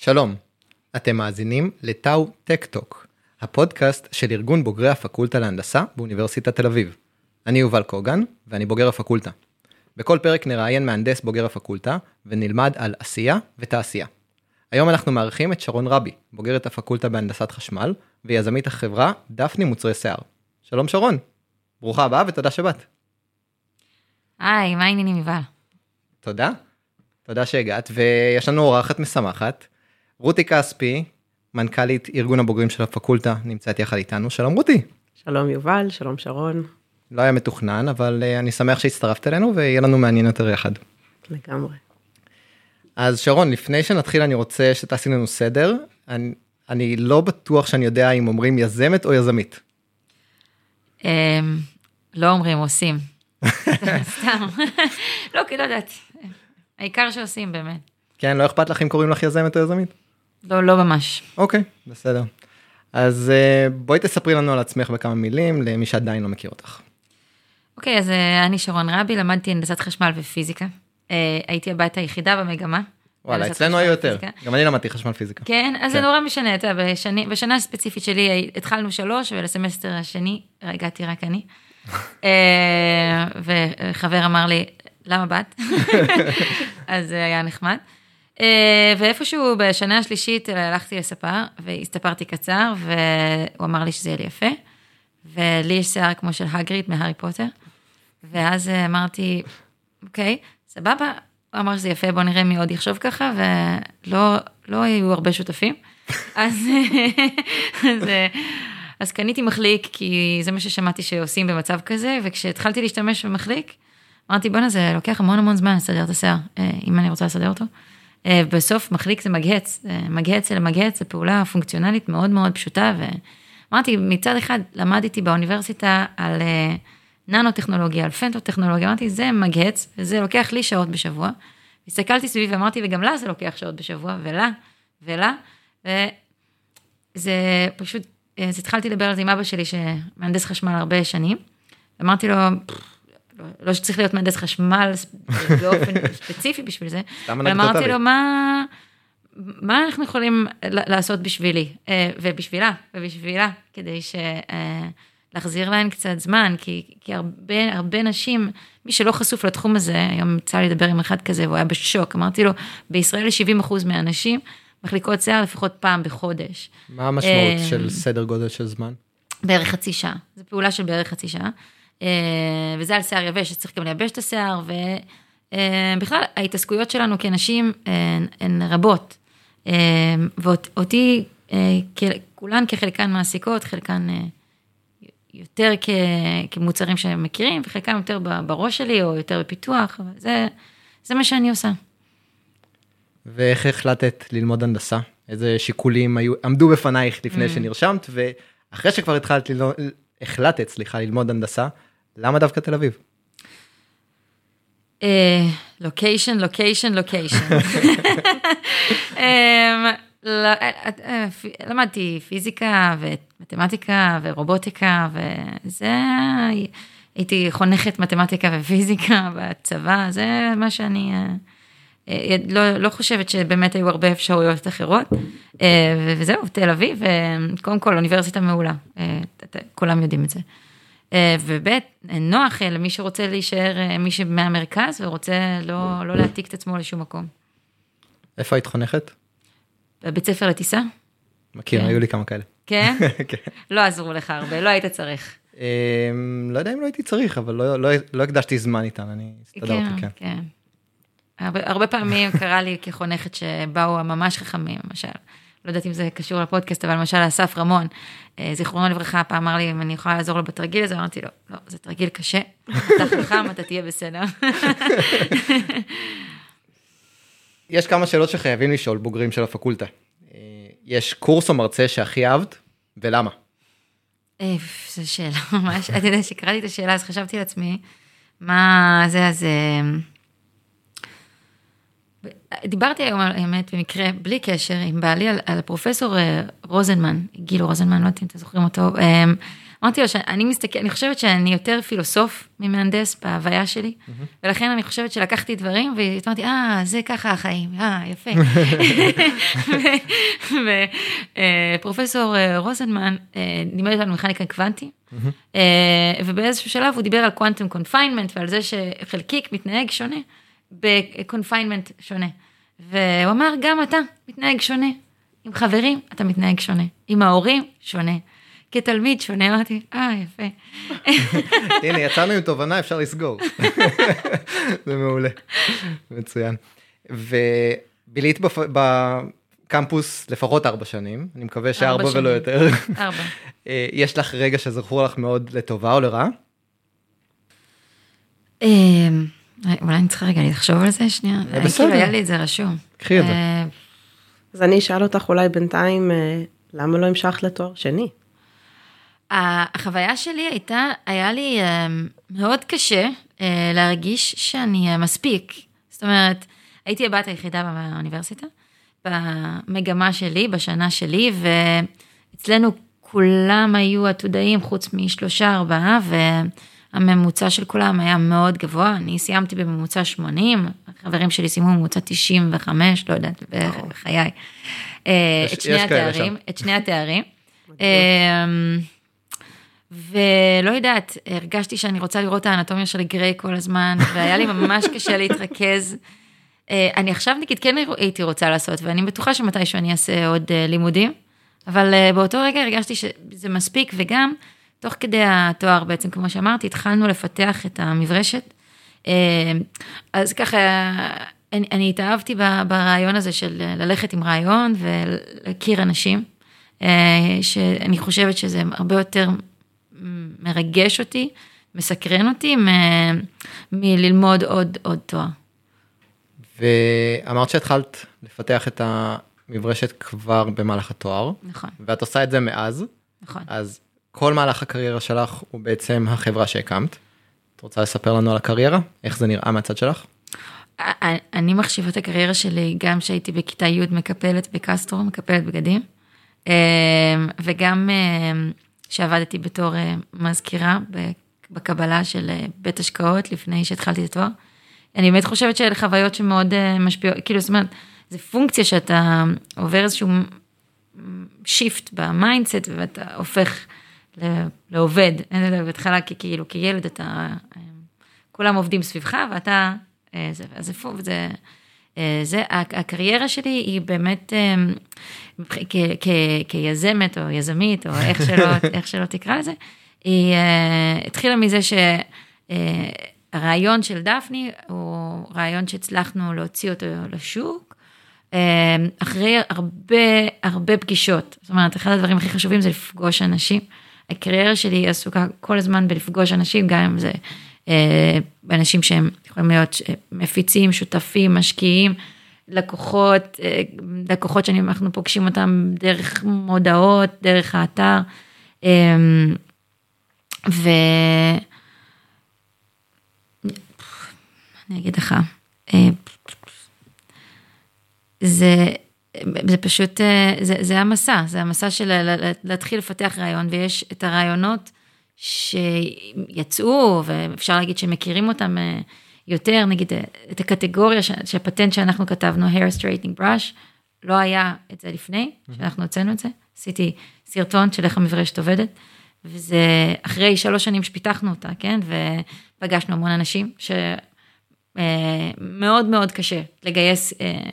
שלום, אתם מאזינים לטאו טק-טוק, הפודקאסט של ארגון בוגרי הפקולטה להנדסה באוניברסיטת תל אביב. אני יובל קוגן ואני בוגר הפקולטה. בכל פרק נראיין מהנדס בוגר הפקולטה ונלמד על עשייה ותעשייה. היום אנחנו מארחים את שרון רבי, בוגרת הפקולטה בהנדסת חשמל ויזמית החברה דפני מוצרי שיער. שלום שרון, ברוכה הבאה ותודה שבאת. היי, מה העניינים יובל? תודה שהגעת, ויש לנו אורחת משמחת, רותי כספי, מנכ"לית ארגון הבוגרים של הפקולטה, נמצאת יחד איתנו. שלום רותי. שלום יובל, שלום שרון. לא היה מתוכנן, אבל אני שמח שהצטרפת אלינו, ויהיה לנו מעניין יותר יחד. לגמרי. אז שרון, לפני שנתחיל אני רוצה שתעשי לנו סדר. אני לא בטוח שאני יודע אם אומרים יזמת או יזמית. לא אומרים, עושים. סתם. לא, כי לא יודעת. העיקר שעושים באמת. כן, לא אכפת לך אם קוראים לך יזמת או יזמית? לא ממש. אוקיי, בסדר. אז בואי תספרי לנו על עצמך בכמה מילים, למי שעדיין לא מכיר אותך. אוקיי, אז אני שרון רבי, למדתי הנדסת חשמל ופיזיקה. הייתי הבת היחידה במגמה. וואלה, אצלנו היו יותר. גם אני למדתי חשמל פיזיקה. כן, אז זה נורא משנה. בשנה הספציפית שלי התחלנו 3, ולסמסטר השני הגעתי רק אני. וחבר אמר לי, למה בת? אז זה היה נחמד. ואיפשהו בשנה השלישית הלכתי לספר, והסתפרתי קצר, והוא אמר לי שזה יהיה לי יפה, ולי יש שיער כמו של הגריד מהארי פוטר, ואז אמרתי, סבבה, הוא אמר שזה יפה, בוא נראה מי עוד יחשוב ככה, ולא היו הרבה שותפים, אז קניתי מחליק, כי זה מה ששמעתי שעושים במצב כזה, וכשהתחלתי להשתמש במחליק, אמרתי, בוא'נה, זה לוקח המון זמן לסדר את השיער, אם אני רוצה לסדר אותו. בסוף מחליק זה מגהץ, זה פעולה פונקציונלית מאוד מאוד פשוטה, ואמרתי, מצד אחד למדתי באוניברסיטה על ננו-טכנולוגיה, על פנטו-טכנולוגיה, אמרתי, זה מגהץ, וזה לוקח לי שעות בשבוע. הסתכלתי סביב ואמרתי, וגם לה זה לוקח שעות בשבוע, ולה, וזה פשוט, אז התחלתי לדבר על זה עם אבא שלי, שמהנדס חשמל הרבה שנים, ואמרתי לו, לא שצריך להיות מהנדס חשמל באופן ספציפי בשביל זה, אבל אמרתי לו, מה אנחנו יכולים לעשות בשבילי, ובשבילה, כדי להחזיר להן קצת זמן, כי הרבה נשים, מי שלא חשוף לתחום הזה, היום יצא לי לדבר עם אחד כזה, והוא היה בשוק, אמרתי לו, בישראל 70% מהנשים, מחליקות שיער לפחות פעם בחודש. מה המשמעות של סדר גודל של זמן? בערך חצי שעה, זו פעולה של בערך חצי שעה, וזה על שיער יבש, שצריך גם לייבש את השיער, ובכלל ההתעסקויות שלנו כנשים הן רבות, ואותי כולן כחלקן מעסיקות, חלקן יותר כמוצרים שהם מכירים, וחלקן יותר בראש שלי, או יותר בפיתוח, זה מה שאני עושה. ואיך החלטת ללמוד הנדסה? איזה שיקולים עמדו בפנייך לפני שנרשמת, ואחרי שכבר החלטת ללמוד הנדסה, למה דווקא תל אביב? לוקיישן. למדתי פיזיקה ומתמטיקה ורובוטיקה, הייתי חונכת מתמטיקה ופיזיקה בצבא, זה מה שאני לא חושבת שבאמת היו הרבה אפשרויות אחרות, וזהו, תל אביב, קודם כל אוניברסיטה מעולה, כולם יודעים את זה. ובית, נוח למי שרוצה להישאר מי שמהמרכז, ורוצה לא להעתיק את עצמו לשום מקום. איפה היית חונכת? בבית ספר לטיסה. מכיר, היו לי כמה כאלה. כן? לא עזרו לך הרבה, לא היית צריך. לא יודע אם לא הייתי צריך, אבל לא הקדשתי זמן איתן, אני הסתדרתי, כן. כן. הרבה פעמים קרה לי כחונכת שבאו ממש חכמים, למשל. לא יודעת אם זה קשור לפודקאסט, אבל למשל אסף רמון, זיכרונו לברכה, פעם אמר לי, אם אני יכולה לעזור לו בתרגיל הזה, אמרתי לו, לא, זה תרגיל קשה, אתה חכם, אתה תהיה בסדר. יש כמה שאלות שחייבים לשאול בוגרים של הפקולטה. יש קורס או מרצה שהכי אהבת, ולמה? זו שאלה ממש, אתה יודע שקראתי את השאלה, אז חשבתי לעצמי, מה זה, אז דיברתי היום על האמת במקרה, בלי קשר, עם בעלי על הפרופסור רוזנמן, גילו רוזנמן, לא יודעת אם אתם זוכרים אותו, אמרתי לו אני חושבת שאני יותר פילוסוף ממהנדס בהוויה שלי, ולכן אני חושבת שלקחתי דברים, ואמרתי, זה ככה החיים, יפה. ופרופסור רוזנמן לימד אותנו מכניקה קוונטית, ובאיזשהו שלב הוא דיבר על quantum confinement, ועל זה שחלקיק מתנהג שונה, ב-confinement שונה. והוא אמר, גם אתה מתנהג שונה. עם חברים אתה מתנהג שונה. עם ההורים שונה. כתלמיד שונה, אמרתי, יפה. הנה, יצאנו עם תובנה, אפשר לסגור. זה מעולה. מצוין. ובילית בקמפוס לפחות 4 שנים, אני מקווה ש4 ולא יותר. 4. יש לך רגע שזכור לך מאוד לטובה או לרעה? אולי אני צריכה רגע לחשוב על זה שנייה. בסדר. היה לי את זה רשום. קחי את זה. אז אני אשאל אותך אולי בינתיים, למה לא המשכת לתואר שני? החוויה שלי היה לי מאוד קשה להרגיש שאני מספיק. זאת אומרת, הייתי הבת היחידה באוניברסיטה, במגמה שלי, בשנה שלי, ואצלנו כולם היו עתודאים חוץ מ3-4, והממוצע של כולם היה מאוד גבוה. אני סיימתי בממוצע 80, החברים שלי סיימו בממוצע 95, לא יודעת, בחיי. את שני התארים. ולא יודעת, הרגשתי שאני רוצה לראות את האנטומיה של גריי כל הזמן, והיה לי ממש קשה להתרכז. אני עכשיו נגיד כן הייתי רוצה לעשות, ואני בטוחה שמתישהו אני אעשה עוד לימודים, אבל באותו רגע הרגשתי שזה מספיק, וגם תוך כדי התואר בעצם, כמו שאמרתי, התחלנו לפתח את המברשת, אז ככה, אני התאהבתי ברעיון הזה של ללכת עם רעיון, ולהכיר אנשים, שאני חושבת שזה הרבה יותר מרגש אותי, מסקרן אותי, מללמוד עוד תואר. ואמרת שהתחלת לפתח את המברשת כבר במהלך התואר. נכון. ואת עושה את זה מאז. נכון. אז כל מהלך הקריירה שלך הוא בעצם החברה שהקמת. את רוצה לספר לנו על הקריירה? איך זה נראה מהצד שלך? אני מחשיבה את הקריירה שלי, גם שהייתי בכיתה י' מקפלת בקסטרו, מקפלת בגדים, וגם שעבדתי בתור מזכירה בקבלה של בית השקעות לפני שהתחלתי את התואר. אני באמת חושבת שאלה חוויות שמאוד משפיעות, כאילו זאת אומרת, זה פונקציה שאתה עובר איזשהו שיפט במיינדסט, ואתה הופך לעובד, בהתחלה כאילו כילד אתה, כולם עובדים סביבך, ואתה, זה, הקריירה שלי היא באמת, כיזמת או יזמית, או איך שלא תקרא לזה, היא התחילה מזה הרעיון של דפני, הוא רעיון שהצלחנו להוציא אותו לשוק, אחרי הרבה פגישות. זאת אומרת, אחד הדברים הכי חשובים זה לפגוש אנשים. הקריירה שלי עסוקה כל הזמן בלפגוש אנשים, גם אם זה אנשים שהם יכולים להיות מפיצים, שותפים, משקיעים, לקוחות שאנחנו פוגשים אותם דרך מודעות, דרך האתר, אני אגיד לך, זה פשוט, זה המסע של להתחיל לפתח רעיון, ויש את הרעיונות שיצאו, ואפשר להגיד שמכירים אותם יותר, נגיד את הקטגוריה שהפטנט שאנחנו כתבנו, hair straightening brush, לא היה את זה לפני, שאנחנו הוצאנו את זה, עשיתי סרטון של איך המברשת עובדת, וזה אחרי 3 שנים שפיתחנו אותה, כן, ופגשנו המון אנשים, מאוד מאוד קשה לגייס,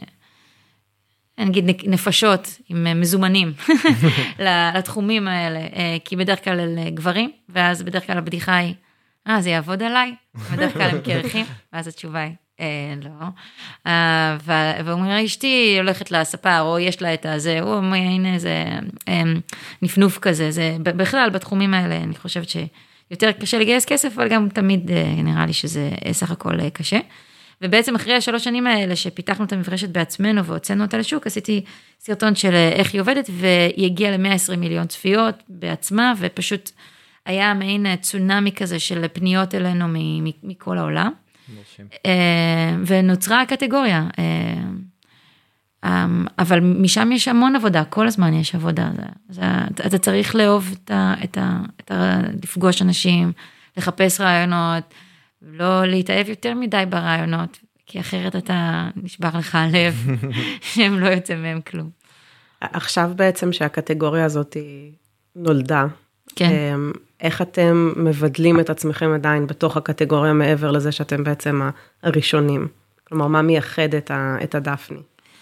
נגיד נפשות עם מזומנים לתחומים האלה, כי בדרך כלל אלה גברים, ואז בדרך כלל הבדיחה היא, זה יעבוד עליי, בדרך כלל הם קרחים, ואז התשובה היא, לא. ואומרים, אשתי הולכת לספר, או יש לה את הזה, או הנה זה נפנוף כזה, זה בכלל בתחומים האלה, אני חושבת שיותר קשה לגייס כסף, אבל גם תמיד נראה לי שזה סך הכל קשה. ובעצם אחרי 3 שנים האלה שפיתחנו את המברשת בעצמנו והוצאנו אותה לשוק, עשיתי סרטון של איך היא עובדת, והיא הגיעה ל120 מיליון צפיות בעצמה, ופשוט היה מעין צונמי כזה של פניות אלינו מכל העולם. ונוצרה הקטגוריה. אבל משם יש המון עבודה, כל הזמן יש עבודה. אתה צריך לאהוב לפגוש אנשים, לחפש רעיונות, לא להתאהב יותר מדי ברעיונות, כי אחרת אתה נשבר לך הלב, שהם לא יוצא מהם כלום. עכשיו בעצם שהקטגוריה הזאת נולדה, כן. איך אתם מבדלים את עצמכם עדיין בתוך הקטגוריה מעבר לזה שאתם בעצם הראשונים? כלומר, מה מייחד את הדפני?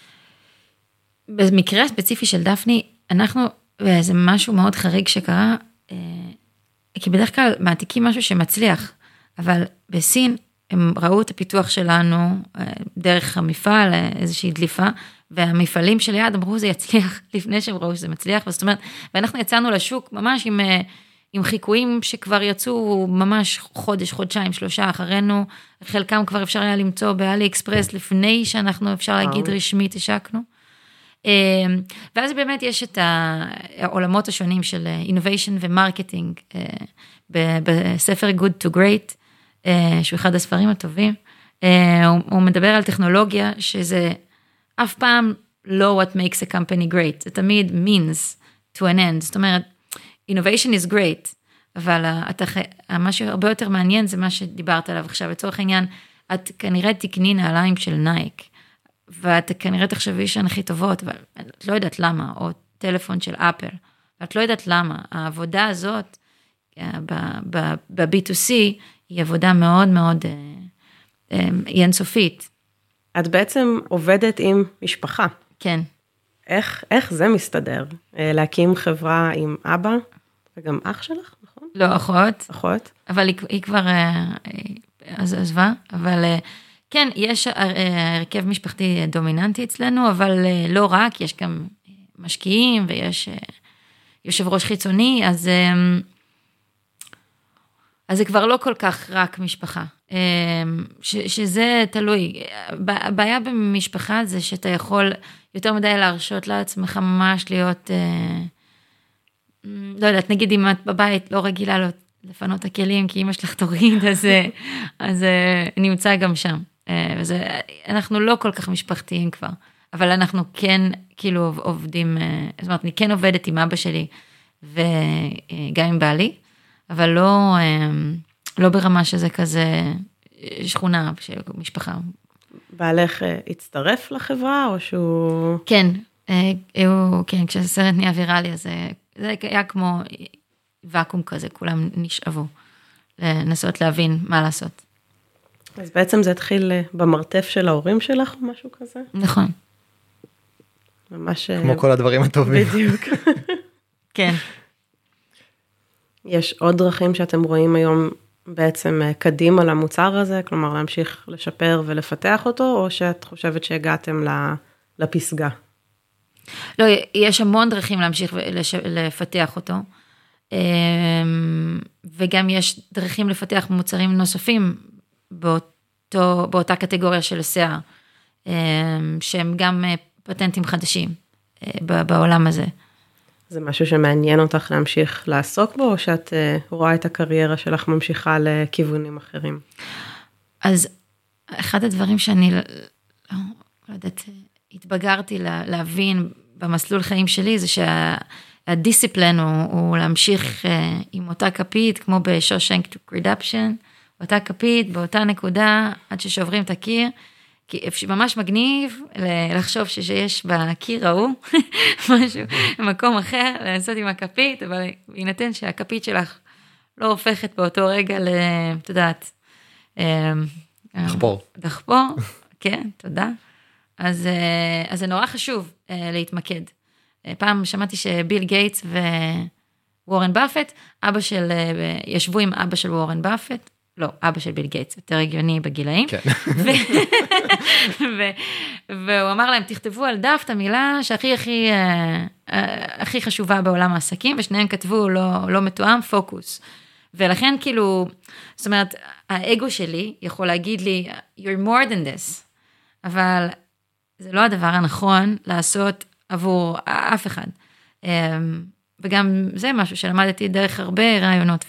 במקרה הספציפי של דפני, וזה משהו מאוד חריג שקרה, כי בדרך כלל מעתיקים משהו שמצליח, אבל בסין הם ראו את הפיתוח שלנו דרך המפעל, איזושהי דליפה, והמפעלים שליד אמרו זה יצליח לפני שהם ראו שזה מצליח, זאת אומרת, ואנחנו יצאנו לשוק ממש עם חיקויים שכבר יצאו ממש חודש, חודשיים, 3 אחרינו, חלקם כבר אפשר היה למצוא באלי אקספרס, לפני שאנחנו אפשר להגיד רשמית השקנו. ואז באמת יש את העולמות השונים של innovation ומרקטינג, בספר Good to Great, שהוא אחד הספרים הטובים, הוא מדבר על טכנולוגיה שזה אף פעם לא what makes a company great, זה תמיד means to an end, זאת אומרת, innovation is great, אבל מה שהרבה יותר מעניין זה מה שדיברת עליו עכשיו, לצורך העניין, את כנראה תקני נעליים של נייק, ואת כנראה תחשבי שהן הכי טובות, אבל את לא יודעת למה, או טלפון של אפל, ואת לא יודעת למה, העבודה הזאת, ב-B2C, היא עבודה מאוד מאוד אינסופית. את בעצם עובדת עם משפחה. כן. איך זה מסתדר? להקים חברה עם אבא, וגם אח שלך, נכון? לא, אחות. אחות. אבל היא כבר עזבה, אבל כן, יש הרכב משפחתי דומיננטי אצלנו, אבל לא רק, יש גם משקיעים, ויש יושב ראש חיצוני, אז זה כבר לא כל כך רק משפחה, שזה תלוי. הבעיה במשפחה זה שאתה יכול יותר מדי להרשות לעצמך ממש להיות, לא יודעת, נגיד אם את בבית לא רגילה לפנות את הכלים, כי אמא שלך תוריד, אז נמצא גם שם. אנחנו לא כל כך משפחתיים כבר, אבל אנחנו כן כאילו עובדים, זאת אומרת, אני כן עובדת עם אבא שלי, וגם עם בעלי, אבל לא ברמה שזה כזה שכונה של משפחה. בעלך הצטרף לחברה, או שהוא... כן, כשהסרט נהיה ויראלי, אז זה היה כמו ואקום כזה, כולם נשאבו, לנסות להבין מה לעשות. אז בעצם זה התחיל במרתף של ההורים שלך, או משהו כזה? נכון. ממש... כמו כל הדברים הטובים. בדיוק. כן. יש עוד דרכים שאתם רואים היום בעצם קדימה למוצר הזה, כלומר להמשיך לשפר ולפתח אותו, או שאת חושבת שהגעתם לפסגה? לא, יש המון דרכים להמשיך ולפתח אותו, וגם יש דרכים לפתח מוצרים נוספים באותה קטגוריה של שיער, שהם גם פטנטים חדשים בעולם הזה. זה משהו שמעניין אותך להמשיך לעסוק בו, או שאת רואה את הקריירה שלך ממשיכה לכיוונים אחרים? אז אחד הדברים שאני לא יודעת, התבגרתי להבין במסלול חיים שלי, זה שהדיסציפלן הוא להמשיך עם אותה כפית, כמו בשושנק רידפשן, אותה כפית, באותה נקודה, עד ששוברים את הקיר, כי ממש מגניב לחשוב שיש בקיר ההוא משהו, במקום אחר, לעשות עם הכפית, אבל יינתן שהכפית שלך לא הופכת באותו רגע את יודעת, דחפור, כן, תודה. אז זה נורא חשוב להתמקד. פעם שמעתי שביל גייטס ווורן באפט, ישבו עם אבא של וורן באפט, לא, אבא של ביל גייטס, יותר הגיוני בגילאים, והוא אמר להם, תכתבו על דף את המילה הכי חשובה בעולם העסקים, ושניהם כתבו לא מתואם, פוקוס. ולכן כאילו, זאת אומרת, האגו שלי יכול להגיד לי, you're more than this, אבל זה לא הדבר הנכון לעשות עבור אף אחד. וגם זה משהו שלמדתי דרך הרבה רעיונות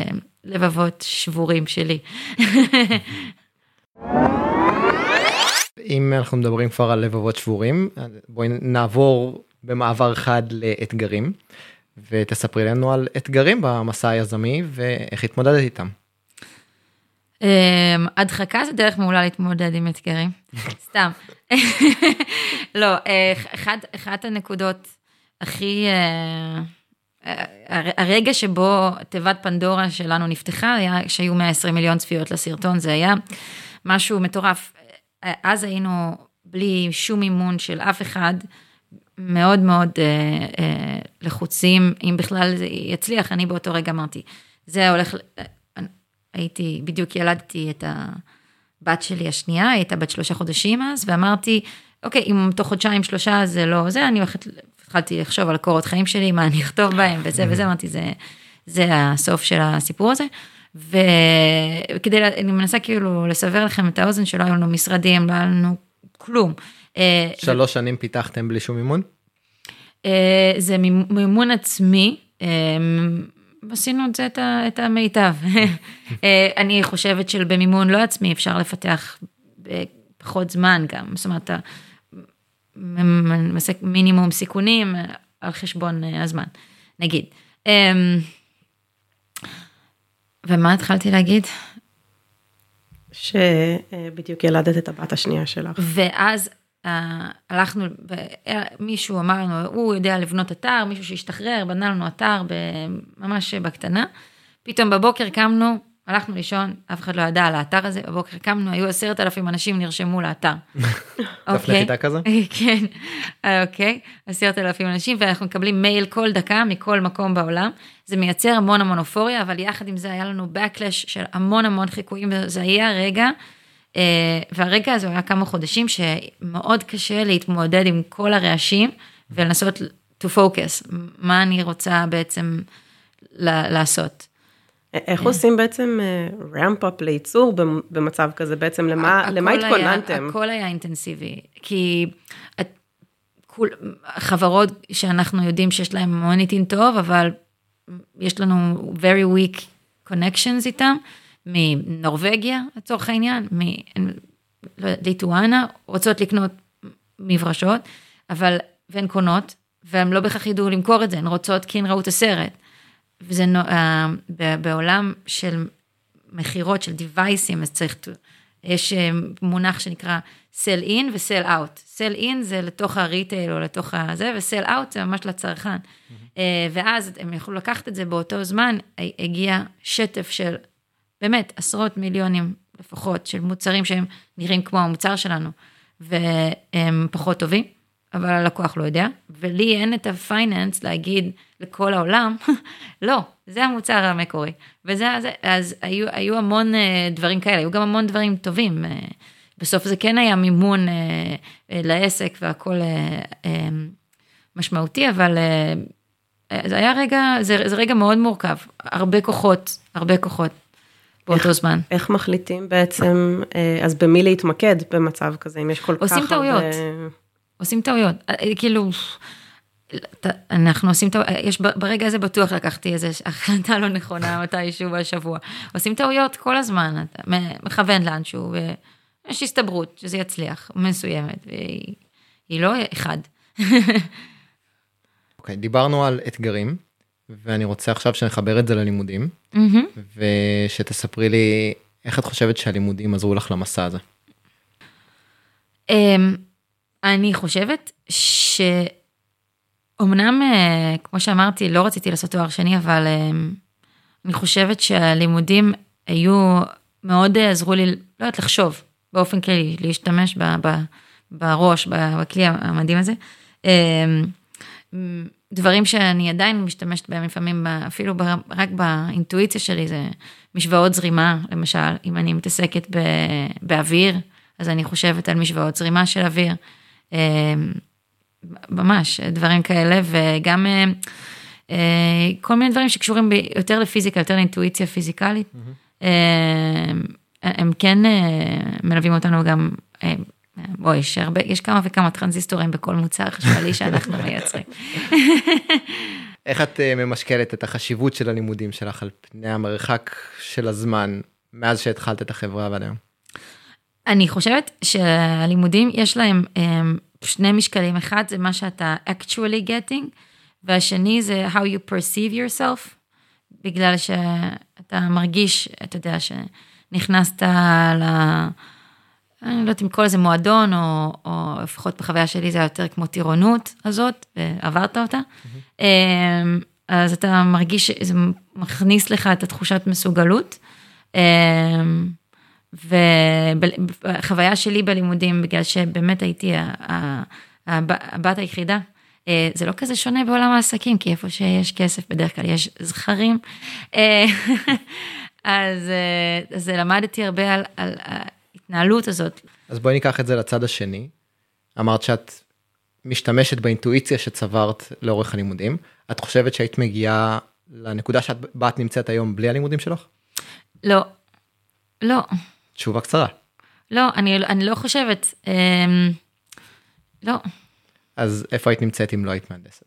ולבבות שבורים שלי. אם אנחנו מדברים כבר על לבבות שבורים, בואי נעבור במעבר חד לאתגרים, ותספרי לנו על אתגרים במסע היזמי, ואיך התמודדת איתם. הדחקה זה דרך מעולה להתמודד עם אתגרים, סתם. לא, אחת הנקודות הכי, הרגע שבו תיבת פנדורה שלנו נפתחה, היה שהיו 120 מיליון צפיות לסרטון, זה היה משהו מטורף. אז היינו בלי שום אימון של אף אחד, מאוד מאוד לחוצים, אם בכלל זה יצליח, אני באותו רגע אמרתי, זה הולך, בדיוק ילדתי את הבת שלי השנייה, הייתה בת 3 חודשים אז, ואמרתי, אוקיי, אם תוך 2-3 זה לא זה, אני התחלתי לחשוב על קורות חיים שלי, מה אני אכתוב בהם, וזה, אמרתי, זה הסוף של הסיפור הזה, אני מנסה כאילו לסבר לכם את האוזן, שלא היו לנו משרדים, לא היה לנו כלום. 3 שנים פיתחתם בלי שום אימון? זה מימון עצמי, עשינו את זה את המיטב. אני חושבת שבמימון לא עצמי אפשר לפתח פחות זמן גם, זאת אומרת, מינימום סיכונים על חשבון הזמן, נגיד. ומה התחלתי להגיד? שבדיוק ילדת את הבת השנייה שלך. ואז הלכנו, מישהו אמר לנו, הוא יודע לבנות אתר, מישהו שהשתחרר, בנה לנו אתר ממש בקטנה, פתאום בבוקר קמנו, הלכנו לישון, אף אחד לא ידע על האתר הזה, בבוקר קמנו, היו 10,000 אנשים נרשמו לאתר. דף נחיתה כזה? כן, אוקיי, 10,000 אנשים, ואנחנו מקבלים מייל כל דקה, מכל מקום בעולם, זה מייצר המון אופוריה, אבל יחד עם זה היה לנו backlash של המון חיקויים, וזה היה רגע, והרגע הזה היה כמה חודשים, שמאוד קשה להתמודד עם כל הרעשים, ולנסות to focus, מה אני רוצה בעצם לעשות. איך עושים בעצם ramp-up לייצור במצב כזה? בעצם למה התכוננתם? הכל היה אינטנסיבי, כי חברות שאנחנו יודעים שיש להם מוניטין טוב, אבל יש לנו very weak connections איתם, מנורווגיה, לצורך העניין, מליטואנה, רוצות לקנות מברשות, והן קונות, והן לא בכך ידעו למכור את זה, הן רוצות כי הן ראו את הסרט. וזה בעולם של מחירות, של דיווייסים, אז יש מונח שנקרא sell in ו-sell out. sell in זה לתוך הריטייל או לתוך הזה, ו-sell out זה ממש לצרכן. ואז הם יכולו לקחת את זה באותו זמן, הגיע שטף של באמת עשרות מיליונים לפחות, של מוצרים שהם נראים כמו המוצר שלנו, והם פחות טובים, אבל הלקוח לא יודע, ולי אין את הפייננס להגיד לכל העולם, לא, זה המוצר המקורי, אז היו המון דברים כאלה, היו גם המון דברים טובים, בסוף זה כן היה מימון לעסק והכל משמעותי, אבל זה היה רגע, זה רגע מאוד מורכב, הרבה כוחות באותו זמן. איך מחליטים בעצם, אז במי להתמקד במצב כזה, אם יש כל כך הרבה... עושים טעויות, כאילו, אנחנו עושים טעויות, ברגע הזה בטוח לקחתי איזו החלטה לא נכונה, מתישהו בשבוע, עושים טעויות כל הזמן, אתה מכוון לאנשהו, ויש הסתברות שזה יצליח, מסוימת, והיא לא אחד. אוקיי, דיברנו על אתגרים, ואני רוצה עכשיו שנחבר את זה ללימודים, ושתספרי לי איך את חושבת שהלימודים עזרו לך למסע הזה. אני חושבת שאומנם, כמו שאמרתי, לא רציתי לעשות תואר שני, אבל אני חושבת שהלימודים היו מאוד עזרו לי, לא יודעת, לחשוב באופן כללי, להשתמש בראש, בכלי המדהים הזה. דברים שאני עדיין משתמשת בהם לפעמים, אפילו רק באינטואיציה שלי, זה משוואות זרימה, למשל, אם אני מתעסקת באוויר, אז אני חושבת על משוואות זרימה של אוויר, ממש, דברים כאלה, וגם כל מיני דברים שקשורים יותר לפיזיקה, יותר לאינטואיציה פיזיקלית, הם כן מלווים אותנו גם, בואי, יש כמה וכמה טרנזיסטורים בכל מוצר חשמלי שאנחנו מייצרים. איך את ממשקלת את החשיבות של הלימודים שלך על פני המרחק של הזמן, מאז שהתחלת את החברה ועד היום? אני חושבת שהלימודים יש להם שני משקלים, אחד זה מה שאתה actually getting, והשני זה how you perceive yourself, בגלל שאתה מרגיש, אתה יודע, שנכנסת אני לא יודעת אם כל איזה מועדון, או לפחות בחוויה שלי זה יותר כמו טירונות הזאת, ועברת אותה, אז אתה מרגיש שזה מכניס לך את התחושת מסוגלות, וחוויה שלי בלימודים, בגלל שבאמת הייתי הבת היחידה, זה לא כזה שונה בעולם העסקים, כי איפה שיש כסף בדרך כלל יש זכרים, אז למדתי הרבה על ההתנהלות הזאת. אז בואי ניקח את זה לצד השני. אמרת שאת משתמשת באינטואיציה שצברת לאורך הלימודים. את חושבת שהיית מגיעה לנקודה שבה את נמצאת היום בלי הלימודים שלך? לא. לא. תשובה קצרה. לא, אני לא חושבת. לא. אז איפה היית נמצאת אם לא היית מהנדסת?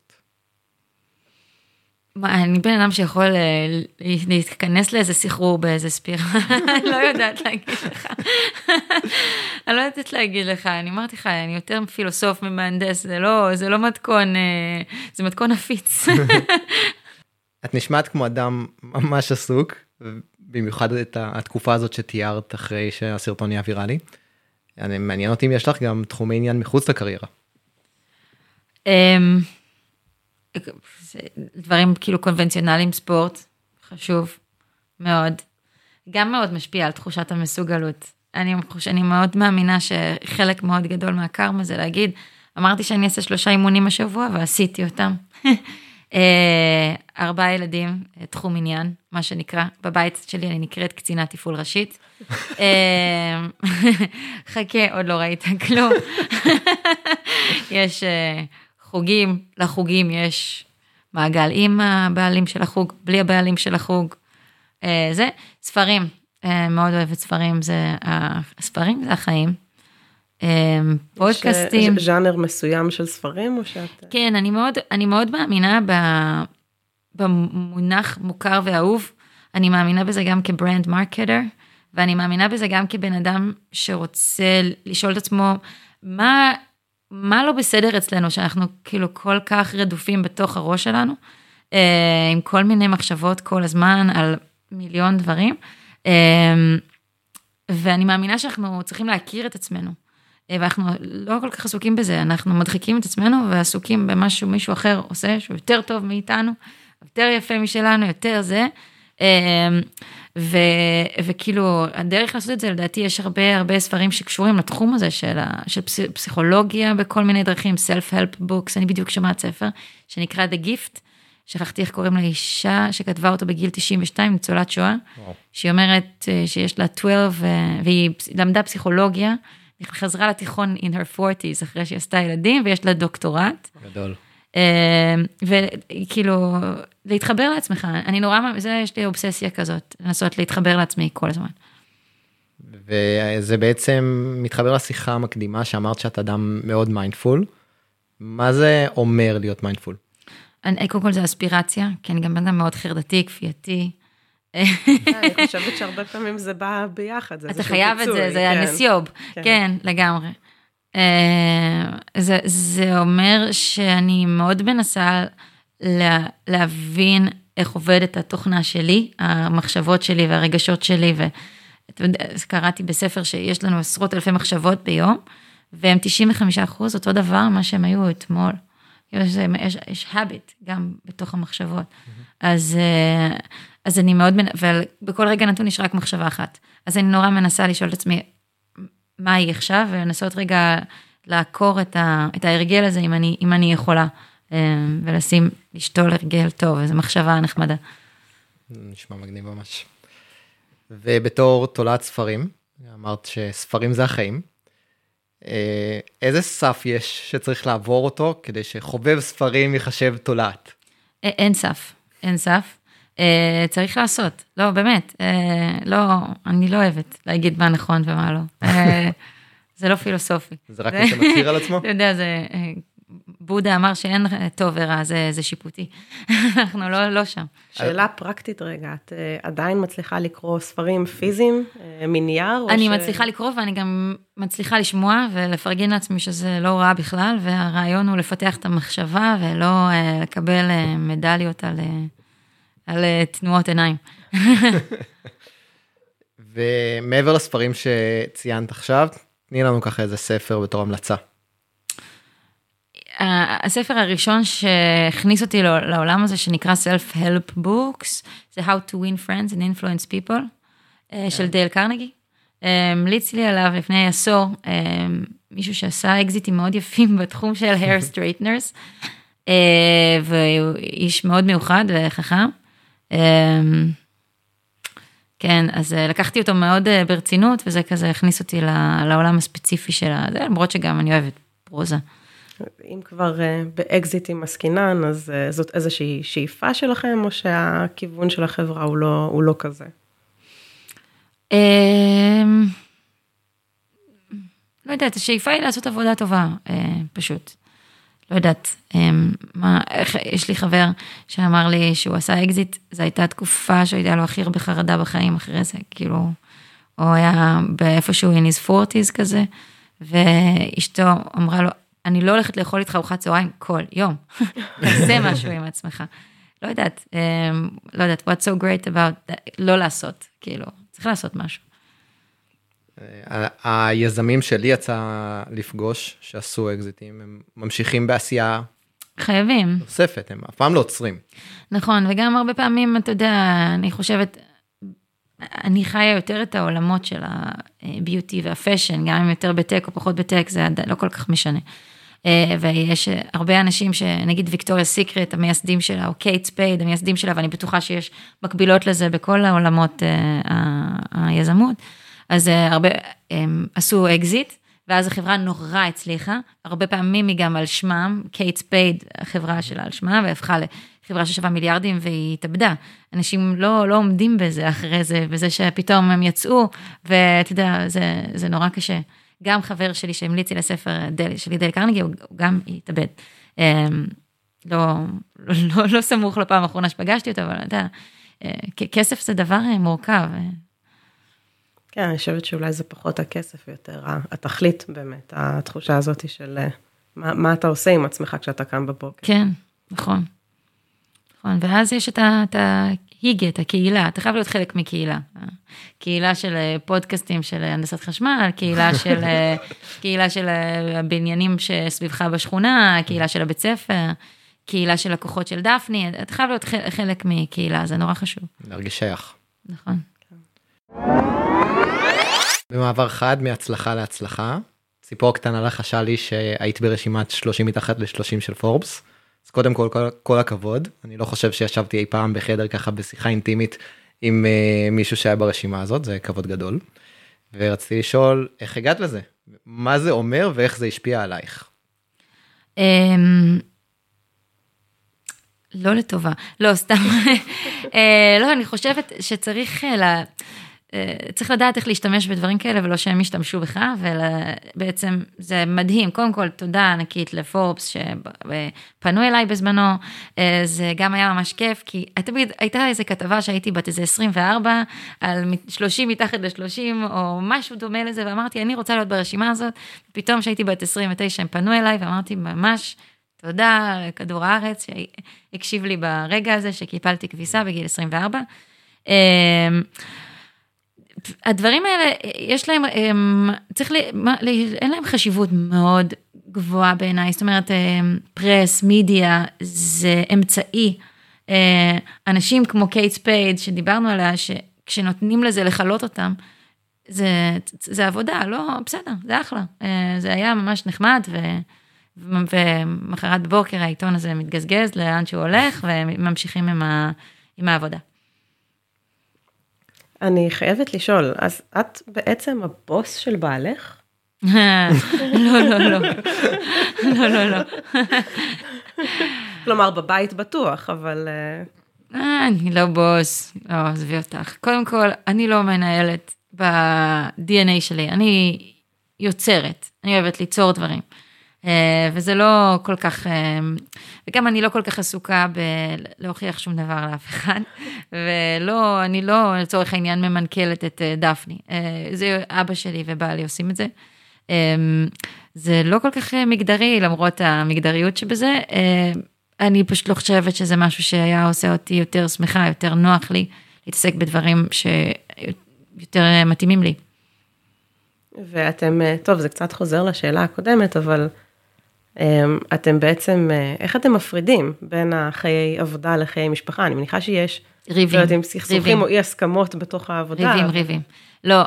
אני בן אדם שיכול להתכנס לאיזה סחרור באיזה ספירה, אני לא יודעת להגיד לך. אני לא יודעת להגיד לך, אני אמרתי לך, אני יותר פילוסוף ממהנדס, זה לא מתכון, זה מתכון אפיץ. את נשמעת כמו אדם ממש עסוק, במיוחד את התקופה הזאת שתיארת אחרי שהסרטון יהיה ויראלי. מעניין אותי אם יש לך גם תחומי עניין מחוץ לקריירה. דברים כאילו קונבנציונליים, ספורט, חשוב מאוד. גם מאוד משפיע על תחושת המסוגלות. אני מאוד מאמינה שחלק מאוד גדול מהקרמה זה להגיד, אמרתי שאני אעשה 3 אימונים השבוע ועשיתי אותם. 4 ילדים, תחום עניין, מה שנקרא, בבית שלי אני נקראת קצינת טיפול ראשית. חכה, עוד לא ראית כלום. יש חוגים, לחוגים יש מעגל עם הבעלים של החוג, בלי הבעלים של החוג. זה, ספרים, מאוד אוהבת ספרים, הספרים זה החיים. פודקאסטים. יש ז'אנר מסוים של ספרים או שאת? כן, אני מאוד מאמינה במונח מוכר ואהוב, אני מאמינה בזה גם כברנד מרקטר, ואני מאמינה בזה גם כבן אדם שרוצה לשאול את עצמו, מה לא בסדר אצלנו, שאנחנו כאילו כל כך רדופים בתוך הראש שלנו, עם כל מיני מחשבות כל הזמן על מיליון דברים, ואני מאמינה שאנחנו צריכים להכיר את עצמנו, ואנחנו לא כל כך עסוקים בזה, אנחנו מדחיקים את עצמנו ועסוקים במשהו מישהו אחר עושה, שהוא יותר טוב מאיתנו, יותר יפה משלנו, יותר זה, וכאילו הדרך לעשות את זה, לדעתי יש הרבה ספרים שקשורים לתחום הזה של פסיכולוגיה בכל מיני דרכים, self-help books, אני בדיוק שמעת ספר, שנקרא The Gift, שכחתי איך קוראים לאישה שכתבה אותו בגיל 92, ניצולת שואה, שהיא אומרת שיש לה 12, והיא למדה פסיכולוגיה, היא חזרה לתיכון in her 40s, אחרי שהיא עשתה ילדים, ויש לה דוקטורט. גדול. וכאילו, להתחבר לעצמך, אני נורא, יש לי אובססיה כזאת, לנסות להתחבר לעצמי כל הזמן. וזה בעצם מתחבר לשיחה המקדימה, שאמרת שאת אדם מאוד מיינדפול, מה זה אומר להיות מיינדפול? קודם כל זה אספירציה, כי אני גם בן אדם מאוד חרדתי, כפייתי. אני חושבת שהרבה פעמים זה בא ביחד. אתה חייב את זה, זה הנסיוב, כן, לגמרי. זה אומר שאני מאוד מנסה להבין איך עובדת התוכנה שלי, המחשבות שלי והרגשות שלי, וקראתי בספר שיש לנו עשרות אלפי מחשבות ביום, והם 95% אותו דבר מה שהם היו אתמול. יש habit גם בתוך המחשבות. אז אני מאוד, ובכל רגע נתון יש רק מחשבה אחת. אז אני נורא מנסה לשאול את עצמי, מה היא עכשיו, ולנסות רגע לעקור את ההרגל הזה, אם אני יכולה, ולשים, לשתול הרגל טוב, איזו מחשבה נחמדה. נשמע מגניב ממש. ובתור תולעת ספרים, אמרת שספרים זה החיים, איזה סף יש שצריך לעבור אותו, כדי שחובב ספרים יחשב תולעת? אין סף. צריך לעשות, לא, באמת, לא, אני לא אוהבת להגיד מה נכון ומה לא. זה לא פילוסופי. זה רק מי שמצהיר על עצמו? אתה יודע, בודה אמר שאין טוב ורע, זה שיפוטי. אנחנו לא שם. שאלה פרקטית רגע, את עדיין מצליחה לקרוא ספרים פיזיים מנייר? אני מצליחה לקרוא ואני גם מצליחה לשמוע ולפרגן לעצמי שזה לא רע בכלל, והרעיון הוא לפתח את המחשבה ולא לקבל מדליות על תנועות עיניים. ומעבר לספרים שציינת עכשיו, תני לנו ככה איזה ספר בתור המלצה. הספר הראשון שהכניס אותי לעולם הזה, שנקרא Self-Help Books, זה How to Win Friends and Influence People, של דייל קרנגי. המליץ לי עליו לפני עשור, מישהו שעשה אקזיטים מאוד יפים בתחום של hair straighteners, והוא איש מאוד מיוחד וחכם. כן, אז לקחתי אותו מאוד ברצינות, וזה כזה הכניס אותי לעולם הספציפי של זה, למרות שגם אני אוהבת פרוזה. אם כבר באקזיטים עסקינן, אז זאת איזושהי שאיפה שלכם, או שהכיוון של החברה הוא לא כזה? לא יודעת, השאיפה היא לעשות עבודה טובה, פשוט. לא יודעת, יש לי חבר שאמר לי שהוא עשה אקזיט, זו הייתה תקופה שהייתה לו הכי הרבה חרדה בחיים אחרי זה, כאילו, הוא היה באיפשהו in his 40s כזה, ואשתו אמרה לו, אני לא הולכת לאכול איתך ארוחת צהריים כל יום, תעשה משהו עם עצמך. לא יודעת, what's so great about, לא לעשות, כאילו, צריך לעשות משהו. היזמים שלי יצא לפגוש, שעשו אקזיטים, הם ממשיכים בעשייה חייבים. נוספת, הם אף פעם לא עוצרים. נכון, וגם הרבה פעמים, אתה יודע, אני חושבת, אני חיה יותר את העולמות של הביוטי והפשן, גם אם יותר בטק או פחות בטק, זה לא כל כך משנה. ויש הרבה אנשים שנגיד ויקטוריה סיקרט, המייסדים שלה, או קייט ספייד, המייסדים שלה, ואני בטוחה שיש מקבילות לזה בכל העולמות היזמות, אז הרבה עשו אקזיט, ואז החברה נורא הצליחה, הרבה פעמים היא גם על שמם, קייט ספייד, החברה שלה על שמה, והפכה לחברה ששווה מיליארדים, והיא התאבדה. אנשים לא עומדים בזה אחרי זה, בזה שפתאום הם יצאו, ואתה יודע, זה נורא קשה. גם חבר שלי שהמליץ לי לספר שלי דייל קרנגי, הוא גם התאבד. לא סמוך לפעם האחרונה שפגשתי אותו, אבל אתה יודע, כסף זה דבר מורכב. כן, אני חושבת שאולי זה פחות הכסף, יותר התכלית באמת, התחושה הזאת של מה אתה עושה עם עצמך כשאתה קם בבוקר. כן, נכון. ואז יש את ההיגה, הקהילה, אתה חייב להיות חלק מקהילה. קהילה של פודקאסטים של הנדסת חשמל, קהילה של הבניינים שסביבך בשכונה, קהילה של הבית ספר, קהילה של לקוחות של דפני, אתה חייב להיות חלק מקהילה, זה נורא חשוב. להרגיש שייך. נכון. במעבר חד מהצלחה להצלחה, ציפור קטנה לחשה לי שהיית ברשימת 30 מתחת ל-30 של פורבס, אז קודם כל הכבוד, אני לא חושב שישבתי אי פעם בחדר ככה בשיחה אינטימית עם מישהו שהיה ברשימה הזאת, זה כבוד גדול, ורציתי לשאול איך הגעת לזה, מה זה אומר ואיך זה השפיע עלייך? לא לטובה, לא סתם, לא, אני חושבת שצריך צריך לדעת איך להשתמש בדברים כאלה, ולא שהם ישתמשו בך, ובעצם זה מדהים. קודם כל, תודה ענקית לפורבס, שפנו אליי בזמנו, זה גם היה ממש כיף, כי תמיד הייתה איזו כתבה שהייתי בת איזה 24, על 30 מתחת ל-30, או משהו דומה לזה, ואמרתי, אני רוצה להיות ברשימה הזאת, פתאום שהייתי בת 29, הם פנו אליי, ואמרתי, ממש תודה לכדור הארץ, שהקשיב לי ברגע הזה, שקיפלתי כביסה בגיל 24, הדברים האלה, יש להם, אין להם חשיבות מאוד גבוהה בעיניי, זאת אומרת, פרס, מידיה, זה אמצעי, אנשים כמו קייט ספייד, שדיברנו עליה, שכשנותנים לזה לחלות אותם, זה עבודה, לא, בסדר, זה אחלה, זה היה ממש נחמד, ומחרת בבוקר העיתון הזה מתגזגז לאן שהוא הולך, וממשיכים עם העבודה. אני חייבת לשאול, אז את בעצם הבוס של בעלך? לא. כלומר, בבית בטוח, אבל... אני לא בוס, לא, עזבי אותך. קודם כל, אני לא מנהלת ב-DNA שלי, אני יוצרת, אני אוהבת ליצור דברים. וזה לא כל כך, וגם אני לא כל כך עסוקה בלהוכיח שום דבר לאף אחד, ולא, אני לא לצורך העניין ממנכלת את דפני, זה אבא שלי ובעלי עושים את זה, זה לא כל כך מגדרי, למרות המגדריות שבזה, אני פשוט לא חושבת שזה משהו שהיה עושה אותי יותר שמחה, יותר נוח לי, להתעסק בדברים שיותר מתאימים לי. ואתם, טוב, זה קצת חוזר לשאלה הקודמת, אבל אתם בעצם, איך אתם מפרידים בין החיי עבודה לחיי משפחה? אני מניחה שיש ריבים. אתם סכסוכים או אי הסכמות בתוך העבודה. ריבים. לא,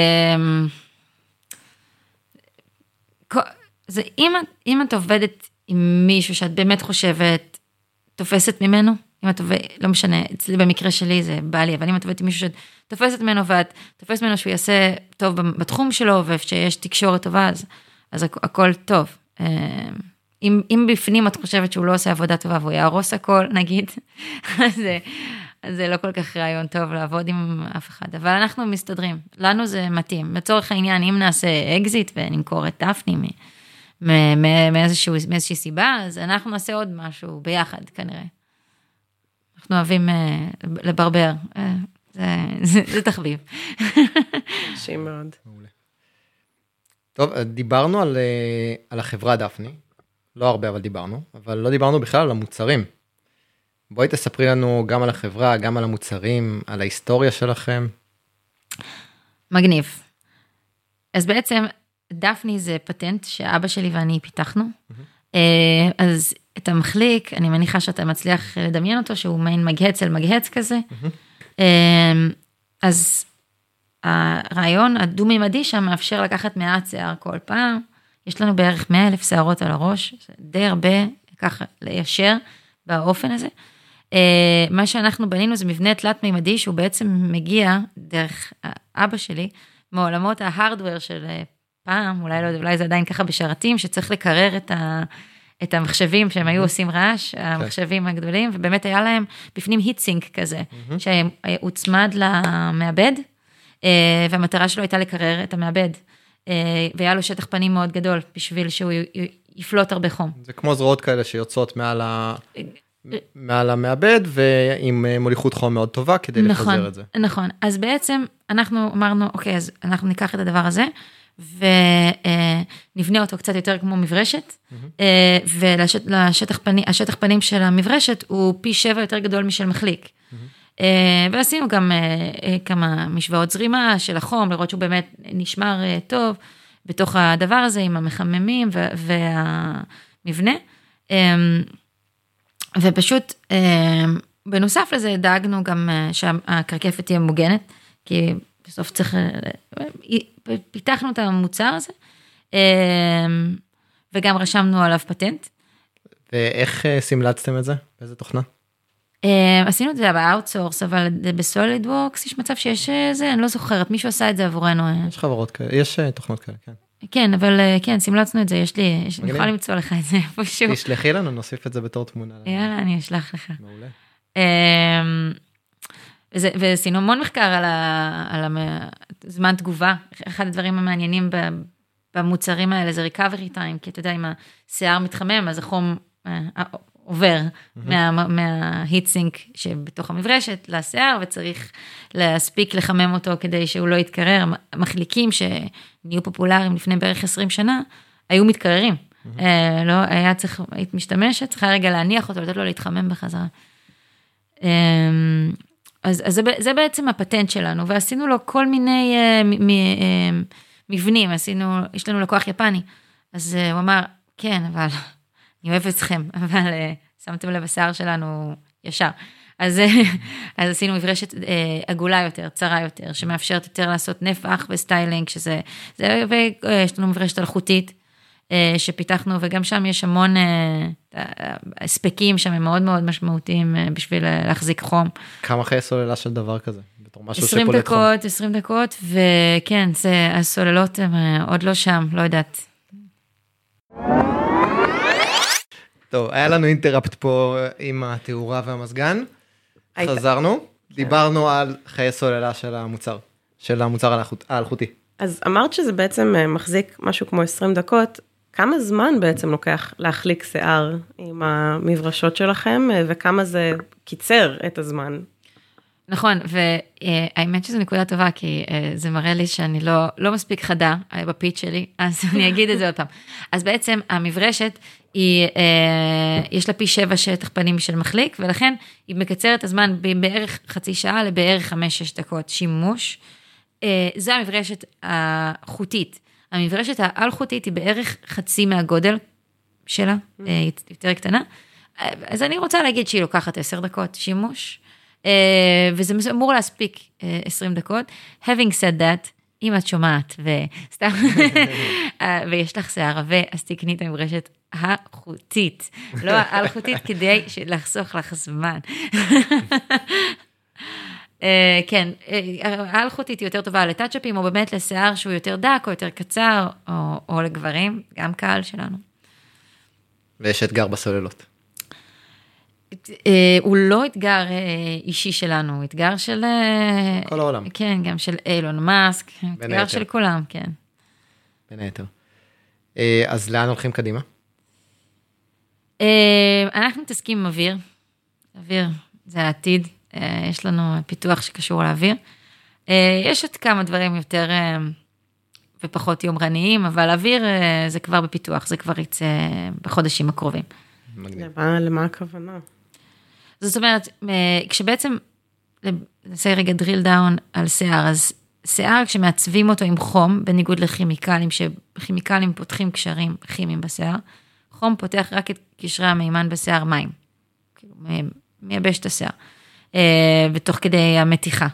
זה אם את עובדת עם מישהו שאת באמת חושבת, תופסת ממנו, אם את עובדת, לא משנה, אצלי במקרה שלי זה בא לי, אבל אם את עובדת עם מישהו שאת תופסת ממנו, ואת תופסת ממנו שהוא יעשה טוב בתחום שלו, ושיש תקשורת טובה, אז הכל טוב. אם בפנים את חושבת שהוא לא עושה עבודה טובה, והוא יהרוס הכל, נגיד, אז זה לא כל כך רעיון טוב לעבוד עם אף אחד, אבל אנחנו מסתדרים, לנו זה מתאים. לצורך העניין, אם נעשה אקזיט ונמכור את דפני מאיזושהי סיבה, אז אנחנו נעשה עוד משהו ביחד כנראה. אנחנו אוהבים לברבר, זה תחביב. קשים מאוד. טוב, דיברנו על החברה דפני, לא הרבה אבל לא דיברנו בכלל על המוצרים. בואי תספרי לנו גם על החברה, גם על המוצרים, על ההיסטוריה שלכם. מגניב. אז בעצם דפני זה פטנט שאבא שלי ואני פיתחנו, אז את המחליק, אני מניחה שאתה מצליח לדמיין אותו, שהוא מעין מגהץ אל מגהץ כזה, אז הרעיון הדו-מימדי שם מאפשר לקחת מעט שיער כל פעם, יש לנו בערך 100,000 שערות על הראש, זה די הרבה ככה ליישר באופן הזה, מה שאנחנו בנינו זה מבנה תלת-מימדי, שהוא בעצם מגיע דרך אבא שלי, מעולמות ההארדוור של פעם, אולי זה עדיין ככה בשרתים, שצריך לקרר את המחשבים שהם היו עושים רעש, המחשבים הגדולים, ובאמת היה להם בפנים היטסינק כזה, שהוצמד למעבד, והמטרה שלו הייתה לקרר את המעבד, והיה לו שטח פנים מאוד גדול, בשביל שהוא יפלוט הרבה חום. זה כמו זרועות כאלה שיוצאות מעל המעבד, ועם מוליכות חום מאוד טובה, כדי לפזר את זה. נכון, אז בעצם אנחנו אמרנו, אוקיי, אז אנחנו ניקח את הדבר הזה, ונבנה אותו קצת יותר כמו מברשת, והשטח פנים של המברשת הוא פי 7 יותר גדול משל מחליק. ועשינו גם כמה משוואות זרימה של החום, לראות שהוא באמת נשמר טוב, בתוך הדבר הזה עם המחממים והמבנה, ופשוט בנוסף לזה דאגנו גם שהקרקפת תהיה מוגנת, כי בסוף צריך, פיתחנו את המוצר הזה, וגם רשמנו עליו פטנט. ואיך סמלצתם את זה? באיזה תוכנה? עשינו את זה באוטסורס, אבל בסוליד וורקס יש מצב שיש זה, אני לא זוכרת, מישהו עשה את זה עבורנו. יש חברות כאלה, יש תוכנות כאלה, כן. כן, אבל כן, סמלצנו את זה, אני יכולה למצוא לך את זה איפשהו. תשלחי לנו, נוסיף את זה בתור תמונה. יאללה, אני אשלח לך. מעולה. ועשינו המון מחקר על זמן תגובה, אחד הדברים המעניינים במוצרים האלה זה recovery time, כי אתה יודע, אם השיער מתחמם, אז החום עובר מההיטסינק שבתוך המברשת לשיער, וצריך להספיק לחמם אותו כדי שהוא לא יתקרר. מחליקים שנהיו פופולריים לפני בערך 20 שנה, היו מתקררים. לא, היה צריך, היית משתמשת, צריכה רגע להניח אותו, לתת לו להתחמם בחזרה. אז זה בעצם הפטנט שלנו, ועשינו לו כל מיני מבנים, יש לנו לקוח יפני, אז הוא אמר, כן, אבל אני אוהב אתכם, אבל שמתם לב השיער שלנו ישר. אז עשינו מברשת עגולה יותר, צרה יותר, שמאפשרת יותר לעשות נפח וסטיילינג, ויש לנו מברשת אלחוטית, שפיתחנו, וגם שם יש המון ספקים שם הם מאוד מאוד משמעותיים בשביל להחזיק חום. כמה חיי סוללה של דבר כזה? 20 דקות, וכן, הסוללות הן עוד לא שם, לא יודעת. טוב, היה לנו אינטראפט פה עם התאורה והמזגן, חזרנו, דיברנו על חיי סוללה של המוצר האלחוטי. אז אמרת שזה בעצם מחזיק משהו כמו 20 דקות, כמה זמן בעצם לוקח להחליק שיער עם המברשות שלכם, וכמה זה קיצר את הזמן? נכון, והאמת שזו נקודה טובה, כי זה מראה לי שאני לא מספיק חדה בפיץ שלי, אז אני אגיד את זה עוד פעם. אז בעצם המברשת, יש לה פי 7 שטח פנים של מחליק, ולכן היא מקצרת את הזמן בערך חצי שעה לבערך 5-6 דקות שימוש. זו המברשת החוטית. המברשת העל-חוטית היא בערך חצי מהגודל שלה, יותר קטנה. אז אני רוצה להגיד שהיא לוקחת 10 דקות שימוש, וזה אמור להספיק 20 דקות. Having said that, אם את שומעת, וסתם, ויש לך שיער רווה, אז תקני את המברשת החוטית, לא העל-חוטית, כדי לחסוך לך זמן. כן, העל-חוטית היא יותר טובה לטאצ'אפים, או באמת לשיער שהוא יותר דק, או יותר קצר, או לגברים, גם קהל שלנו. ויש אתגר בסוללות. הוא לא אתגר אישי שלנו, הוא אתגר של... כל העולם. כן, גם של אילון מאסק, אתגר של כולם, כן. בין היתר. אז לאן הולכים קדימה? אנחנו מתעסקים עם אוויר. אוויר זה העתיד. יש לנו פיתוח שקשור לאוויר. יש עוד כמה דברים יותר ופחות יומרניים, אבל אוויר זה כבר בפיתוח, זה כבר יצא בחודשים הקרובים. למה הכוונה? זאת אומרת, כשבעצם, נעשה רגע drill down על שיער, אז שיער כשמעצבים אותו עם חום, בניגוד לכימיקלים, שכימיקלים פותחים קשרים כימיים בשיער, חום פותח רק את קשרי המימן בשיער מים, כאילו מייבש את השיער, ותוך כדי המתיחה.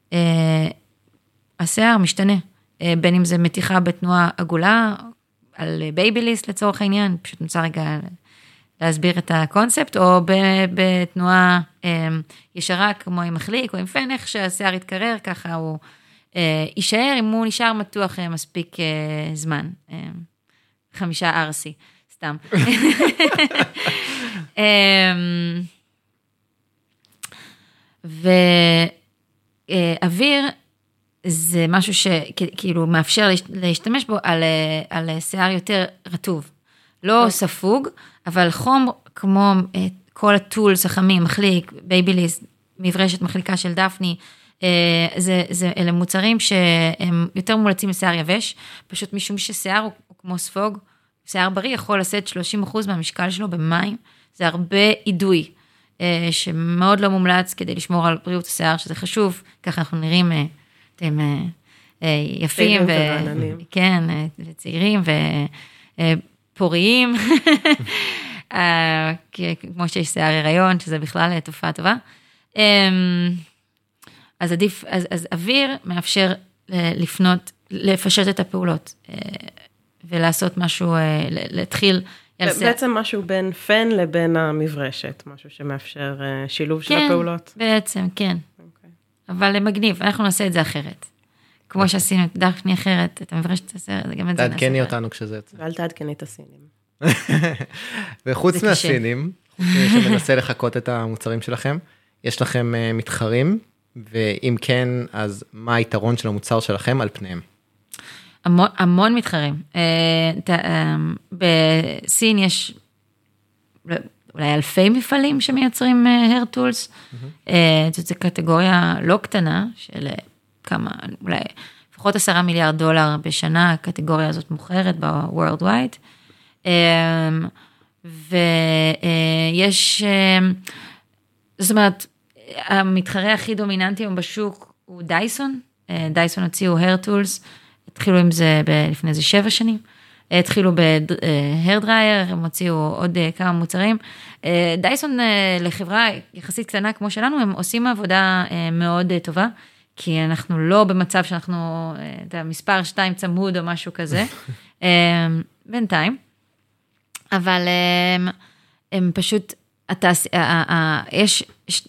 השיער משתנה, בין אם זה מתיחה בתנועה עגולה, על בייביליסט לצורך העניין, פשוט נמצא רגע להסביר את הקונספט, או בתנועה ישרה כמו עם מחליק, או עם פנך, שהשיער יתקרר, ככה הוא יישאר, אם הוא נשאר מתוח מספיק זמן. 5 RC, סתם. ואוויר, זה משהו שכאילו מאפשר להשתמש בו על שיער יותר רטוב. לא ספוג, אבל חום כמו כל הטולס החמים, מחליק, בייביליסט, מברשת מחליקה של דפני, אלה מוצרים שהם יותר מומלצים לשיער יבש, פשוט משום ששיער הוא כמו ספוג, שיער בריא יכול לשאת 30% מהמשקל שלו במים, זה הרבה עידוי, שמאוד לא מומלץ כדי לשמור על בריאות השיער, שזה חשוב, ככה אנחנו נראים, אתם יפים, כן, וצעירים, פוריים, כמו שיש שיער הריון, שזה בכלל תופעה טובה. אז עדיף, אז אוויר מאפשר לפשט את הפעולות, ולעשות משהו, להתחיל על שיער. בעצם משהו בין פן לבין המברשת, משהו שמאפשר שילוב של הפעולות. בעצם, כן. אבל מגניב, אנחנו נעשה את זה אחרת. כמו שעשינו את דפני אחרת, את המברשת הסרט, גם את זה נעשה. תעדכני אותנו כשזה יוצא. ואל תעדכני את הסינים. וחוץ מהסינים, שמנסה לחכות את המוצרים שלכם, יש לכם מתחרים, ואם כן, אז מה היתרון של המוצר שלכם על פניהם? המון מתחרים. בסין יש אולי אלפי מפעלים שמייצרים hair tools, זו קטגוריה לא קטנה, של כמה, אולי לפחות $10 מיליארד בשנה, הקטגוריה הזאת מוכרת ב-worldwide, ויש, זאת אומרת, המתחרה הכי דומיננטי בשוק הוא דייסון, דייסון הוציאו hair tools, התחילו עם זה לפני איזה 7 שנים, התחילו ב-hair dryer, הם הוציאו עוד כמה מוצרים, דייסון לחברה יחסית קטנה כמו שלנו, הם עושים עבודה מאוד טובה, כי אנחנו לא במצב שאנחנו, את המספר 2 צמוד או משהו כזה, בינתיים, אבל הם פשוט, יש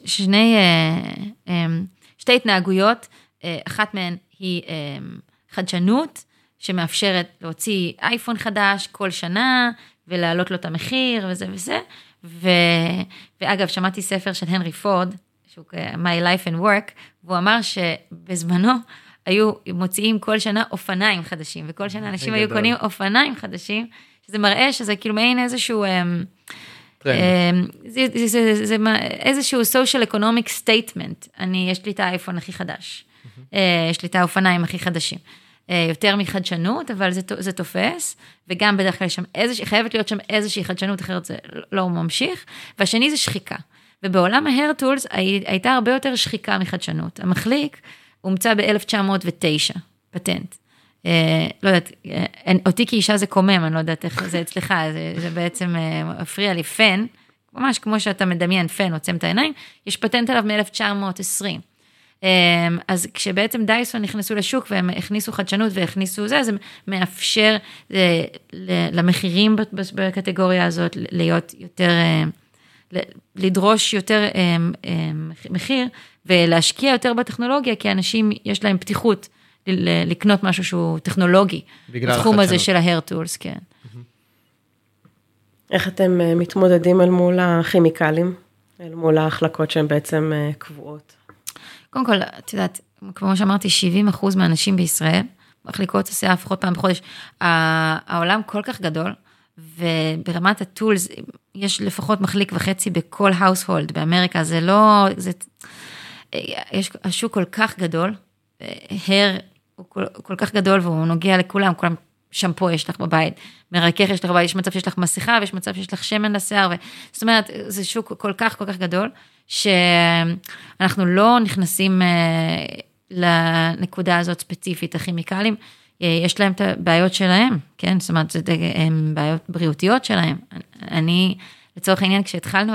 שתי התנהגויות, אחת מהן היא חדשנות, שמאפשרת להוציא אייפון חדש כל שנה, ולהעלות לו את המחיר וזה וזה, ואגב, שמעתי ספר של הנרי פורד, שהוא My Life and Work, והוא אמר שבזמנו היו מוציאים כל שנה אופניים חדשים, וכל שנה אנשים היו קונים אופניים חדשים, שזה מראה שזה כאילו מעין איזשהו, זה איזשהו social economic statement. יש לי את האייפון הכי חדש, יש לי את האופניים הכי חדשים. יותר מחדשנות, אבל זה תופס, וגם בדרך כלל חייבת להיות שם איזושהי חדשנות, אחרת זה לא ממשיך, והשני זה שחיקה. ובעולם ה-Hair Tools הייתה הרבה יותר שחיקה מחדשנות. המחליק הומצא ב-1909, פטנט. לא יודעת, אותי כאישה זה קומם, אני לא יודעת איך זה אצלך, זה בעצם הפריע לי פן, ממש כמו שאתה מדמיין פן, עוצם את העיניים, יש פטנט עליו מ-1920. אז כשבעצם דייסון נכנסו לשוק, והם הכניסו חדשנות והכניסו זה מאפשר למחירים בקטגוריה הזאת להיות יותר, לדרוש יותר מחיר, ולהשקיע יותר בטכנולוגיה, כי אנשים יש להם פתיחות לקנות משהו שהוא טכנולוגי, בתחום הזה של ה-Hair Tools, כן. איך אתם מתמודדים אל מול הכימיקלים, אל מול ההחלקות שהן בעצם קבועות? קודם כל, את יודעת, כמו שאמרתי, 70% מהאנשים בישראל, מחליקות השיער לפחות פעם בחודש, העולם כל כך גדול, וברמת הטולס, יש לפחות מחליק וחצי בכל household באמריקה, זה לא, יש השוק כל כך גדול, hair הוא כל כך גדול, והוא נוגע לכולם, כולם שמפו יש לך בבית, מרכך יש לך בבית, יש מצב שיש לך מסכה, ויש מצב שיש לך שמן לשיער, זאת אומרת, זה שוק כל כך גדול, שאנחנו לא נכנסים לנקודה הזאת ספציפית, הכימיקלים, יש להם את הבעיות שלהם, כן? זאת אומרת, הם בעיות בריאותיות שלהם. אני, לצורך העניין, כשהתחלנו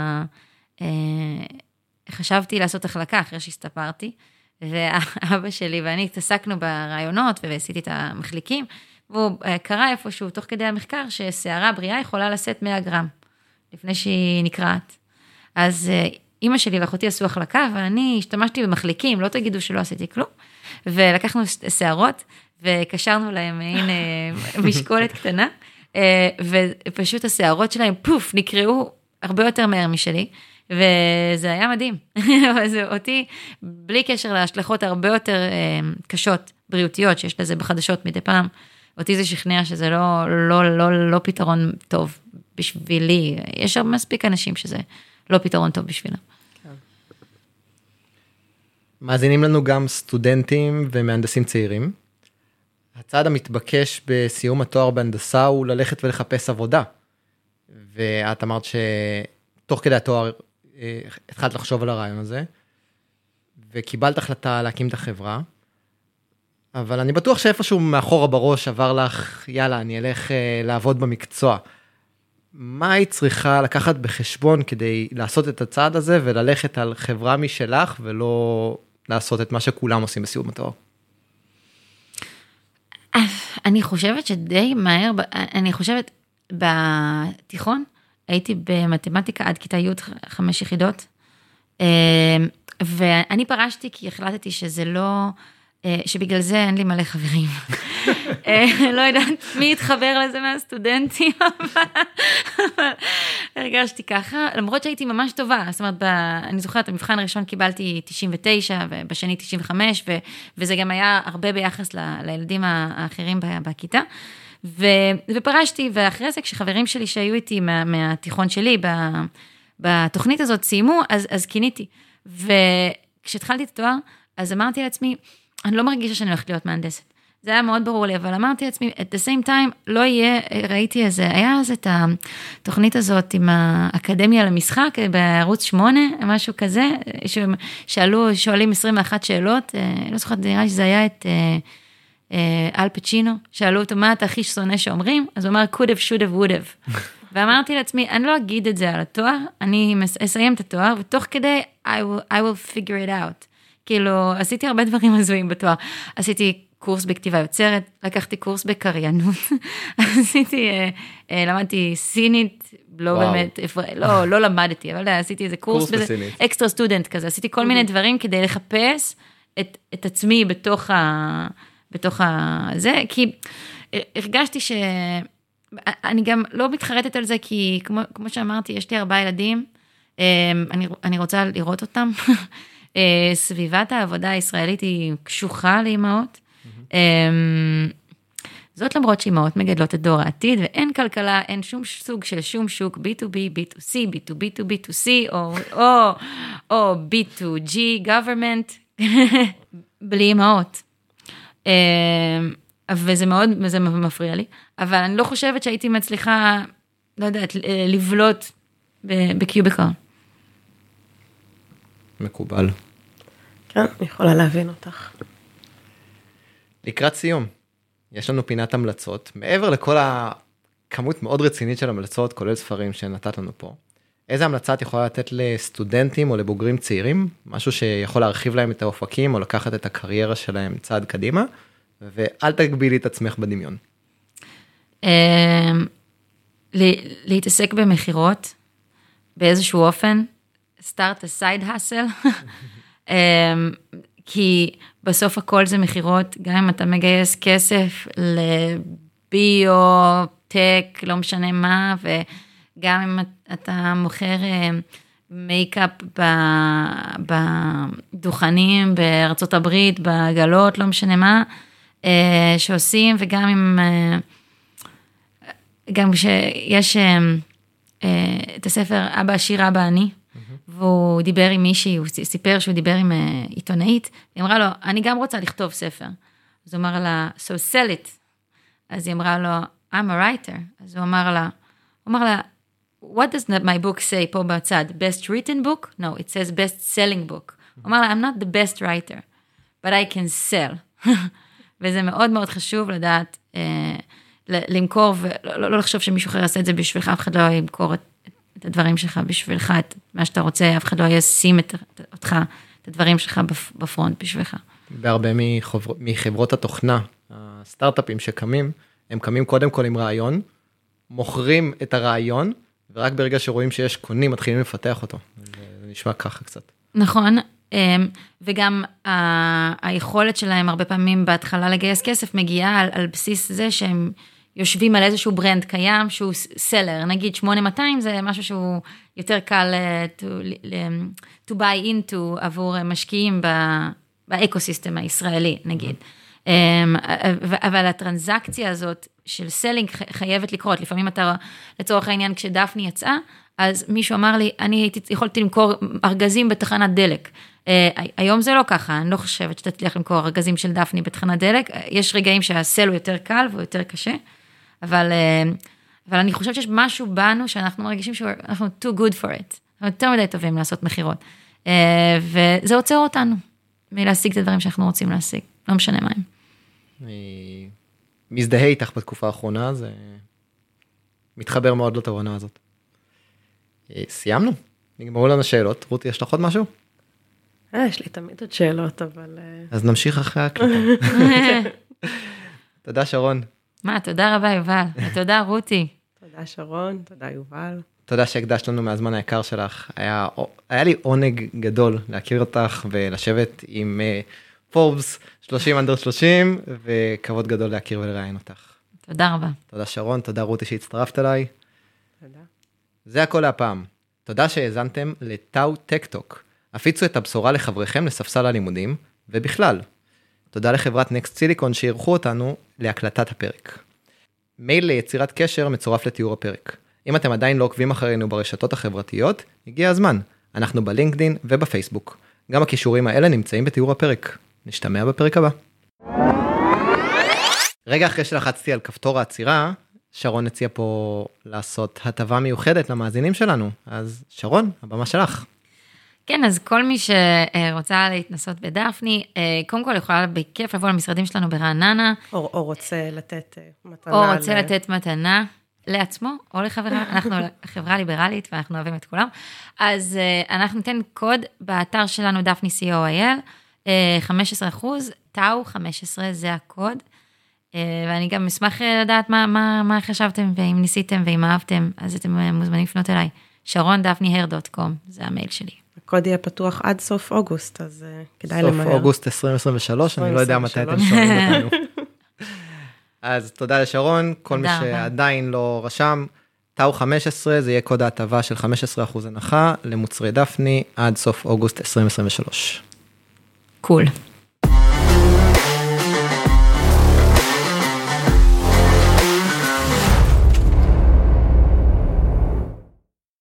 חשבתי לעשות החלקה, אחרי שהסתפרתי, ואבא שלי ואני התעסקנו ברעיונות, ועשיתי את המחליקים, והוא קרא איפשהו, תוך כדי המחקר, ששערה בריאה יכולה לשאת 100 גרם, לפני שהיא נקרעת. אז אמא שלי ואחותי עשו החלקה, ואני השתמשתי במחליקים, לא תגידו שלא עשיתי כלום, ולקחנו שערות, וקשרנו להם משקולת קטנה, ופשוט השערות שלהם, פוף, נקראו הרבה יותר מהר משלי, וזה היה מדהים. אז אותי, בלי קשר להשלכות הרבה יותר קשות, בריאותיות, שיש לזה בחדשות מדי פעם, אותי זה שכנע שזה לא פתרון טוב בשבילי. יש מספיק אנשים שזה לא פתרון טוב בשבילם. מאזינים לנו גם סטודנטים ומהנדסים צעירים. הצעד המתבקש בסיום התואר בהנדסה הוא ללכת ולחפש עבודה. ואת אמרת שתוך כדי התואר התחלת לחשוב על הרעיון הזה, וקיבלת החלטה להקים את החברה, אבל אני בטוח שאיפשהו מאחורה בראש עבר לך, יאללה, אני אלך לעבוד במקצוע. מה היית צריכה לקחת בחשבון כדי לעשות את הצעד הזה, וללכת על חברה משלך, ולא לעשות את מה שכולם עושים בסיום התואר? אני חושבת שדי מהר, אני חושבת בתיכון, הייתי במתמטיקה עד כיתה י' 5 יחידות, ואני פרשתי כי החלטתי שזה לא, שבגלל זה אין לי מלא חברים. לא יודעת מי יתחבר לזה מהסטודנטים, אבל הרגשתי ככה, למרות שהייתי ממש טובה, זאת אומרת, אני זוכרת, המבחן הראשון קיבלתי 99, ובשני 95, וזה גם היה הרבה ביחס לילדים האחרים בכיתה, ופרשתי, ואחרי זה, כשחברים שלי שהיו איתי מהתיכון שלי, בתוכנית הזאת סיימו, אז כיניתי, וכשהתחלתי את התואר, אז אמרתי לעצמי, אני לא מרגישה שאני הולכת להיות מהנדסת. זה היה מאוד ברור לי, אבל אמרתי לעצמי, at the same time, לא יהיה, ראיתי היה אז את התוכנית הזאת עם האקדמיה למשחק, בערוץ 8, משהו כזה, שואלים 21 שאלות, לא זוכרת, נראה שזה היה את אל פצ'ינו, שאלו אותו, מה אתה הכי שונא שאומרים? אז הוא אמר, could have, should have, would have. ואמרתי לעצמי, אני לא אגיד את זה על התואר, אני אסיים את התואר, ותוך כדי, I will figure it out. כאילו, עשיתי הרבה דברים הזויים בתואר. עשיתי קורס בכתיבה יוצרת, לקחתי קורס בקריינות, למדתי סינית, לא באמת, לא למדתי, אבל עשיתי איזה קורס אקסטרה סטודנט כזה, עשיתי כל מיני דברים כדי לחפש את עצמי בתוך זה, כי הרגשתי אני גם לא מתחרטת על זה, כי כמו שאמרתי, יש לי 4 ילדים, אני רוצה לראות אותם, סביבת העבודה הישראלית היא קשוחה לאמהות, זאת למרות שאימהות מגדלות את דור העתיד, ואין כלכלה, אין שום סוג של שום שוק, B2B, B2C, B2B, B2C, או B2G, government, בלי אימהות. וזה מאוד, זה מפריע לי, אבל אני לא חושבת שהייתי מצליחה, לא יודעת, לבלוט בקיוביקל. מקובל. כן, אני יכולה להבין אותך. לקראת סיום, יש לנו פינת המלצות, מעבר לכל הכמות מאוד רצינית של המלצות, כולל ספרים שנתת לנו פה. איזה המלצה את יכולה לתת לסטודנטים או לבוגרים צעירים, משהו שיכול להרחיב להם את האופקים, או לקחת את הקריירה שלהם צעד קדימה, ואל תגבילי את עצמך בדמיון. להתעסק במחירות, באיזשהו אופן, start a side hustle, כי בסוף הכל זה מחירות, גם אם אתה מגייס כסף לביו, טק, לא משנה מה, וגם אם אתה מוכר מייקאפ בדוכנים, בארצות הברית, בגלות, לא משנה מה, שעושים, וגם אם, גם כשיש את הספר אבא עשיר, אבא אני, והוא דיבר עם מישהי, הוא סיפר שהוא דיבר עם עיתונאית, היא אמרה לו, אני גם רוצה לכתוב ספר. אז הוא אמר לה, so sell it. אז היא אמרה לו, I'm a writer. אז הוא אמר לה, what does my book say פה בצד? Best written book? No, it says best selling book. הוא אמר לה, I'm not the best writer, but I can sell. וזה מאוד מאוד חשוב לדעת, למכור, ולא לחשוב שמישהו אחר יעשה את זה בשבילך, אף אחד לא ימכור את הדברים שלך בשבילך, את מה שאתה רוצה, אף אחד לא ישים אותך, את הדברים שלך בפרונט בשבילך. בהרבה מחברות התוכנה, הסטארט-אפים שקמים, הם קמים קודם כל עם רעיון, מוכרים את הרעיון, ורק ברגע שרואים שיש קונים, מתחילים לפתח אותו. זה נשמע ככה קצת. נכון, וגם היכולת שלהם הרבה פעמים בהתחלה לגייס כסף, מגיעה על בסיס זה שהם יושבים על איזשהו ברנד קיים, שהוא סלר, נגיד 8200 זה משהו שהוא יותר קל to buy into עבור משקיעים באקוסיסטם הישראלי, נגיד. אבל הטרנזקציה הזאת של סלינג חייבת לקרות, לפעמים אתה, לצורך העניין, כשדפני יצאה, אז מישהו אמר לי, אני יכולתי למכור ארגזים בתחנת דלק. היום זה לא ככה, אני לא חושבת שתצליח למכור ארגזים של דפני בתחנת דלק, יש רגעים שהסל הוא יותר קל והוא יותר קשה, אבל אני חושבת שיש משהו בנו שאנחנו מרגישים שאנחנו too good for it, אנחנו יותר מדי טובים לעשות מחירות, וזה עוצר אותנו מלהשיג את הדברים שאנחנו רוצים להשיג, לא משנה מה הם. אני מזדהה איתך בתקופה האחרונה, זה מתחבר מאוד לתובנה הזאת. סיימנו, נגמרו לנו שאלות, רותי, יש לך עוד משהו? יש לי תמיד עוד שאלות, אבל... אז נמשיך אחרי הקלטה. תודה שרון. מה, תודה רבה יובל, ותודה רותי. תודה שרון, תודה יובל. תודה שהקדשת לנו מהזמן היקר שלך, היה לי עונג גדול להכיר אותך ולשבת עם פורבס 30 under 30, וכבוד גדול להכיר ולראיין אותך. תודה רבה. תודה שרון, תודה רותי שהצטרפת אליי. תודה. זה הכל להפעם. תודה שהאזנתם לטאו טק-טוק. הפיצו את הבשורה לחבריכם לספסל הלימודים, ובכלל. תודה לחברת נקסט סיליקון שאירחו אותנו להקלטת הפרק. מייל ליצירת קשר מצורף לתיאור הפרק. אם אתם עדיין לא עוקבים אחרינו ברשתות החברתיות, הגיע הזמן. אנחנו בלינקדין ובפייסבוק. גם הכישורים האלה נמצאים בתיאור הפרק. נשתמע בפרק הבא. רגע אחרי שלחצתי על כפתור העצירה, שרון הציע פה לעשות הטבה מיוחדת למאזינים שלנו. אז שרון, הבמה שלך. כן, אז כל מי שרוצה להתנסות בדפני, קודם כל יכולה בכיף לבוא למשרדים שלנו ברעננה. או רוצה לתת מתנה. או רוצה לתת מתנה לעצמו, או לחברה. אנחנו חברה ליברלית, ואנחנו אוהבים את כולם. אז אנחנו ניתן קוד באתר שלנו, דפני co.il, 15%, טאו 15 זה הקוד. ואני גם אשמח לדעת מה חשבתם, ואם ניסיתם ואם אהבתם, אז אתם מוזמנים לפנות אליי. sharondafnihair.com, זה המייל שלי. הקוד יהיה פתוח עד סוף אוגוסט, אז כדאי למהר. סוף אוגוסט 2023, אני לא יודע מתי אתם שומעים אותנו. אז תודה לשרון, כל מי שעדיין לא רשם, טאו 15, זה יהיה קוד ההטבה של 15% הנחה למוצרי דפני עד סוף אוגוסט 2023. קול.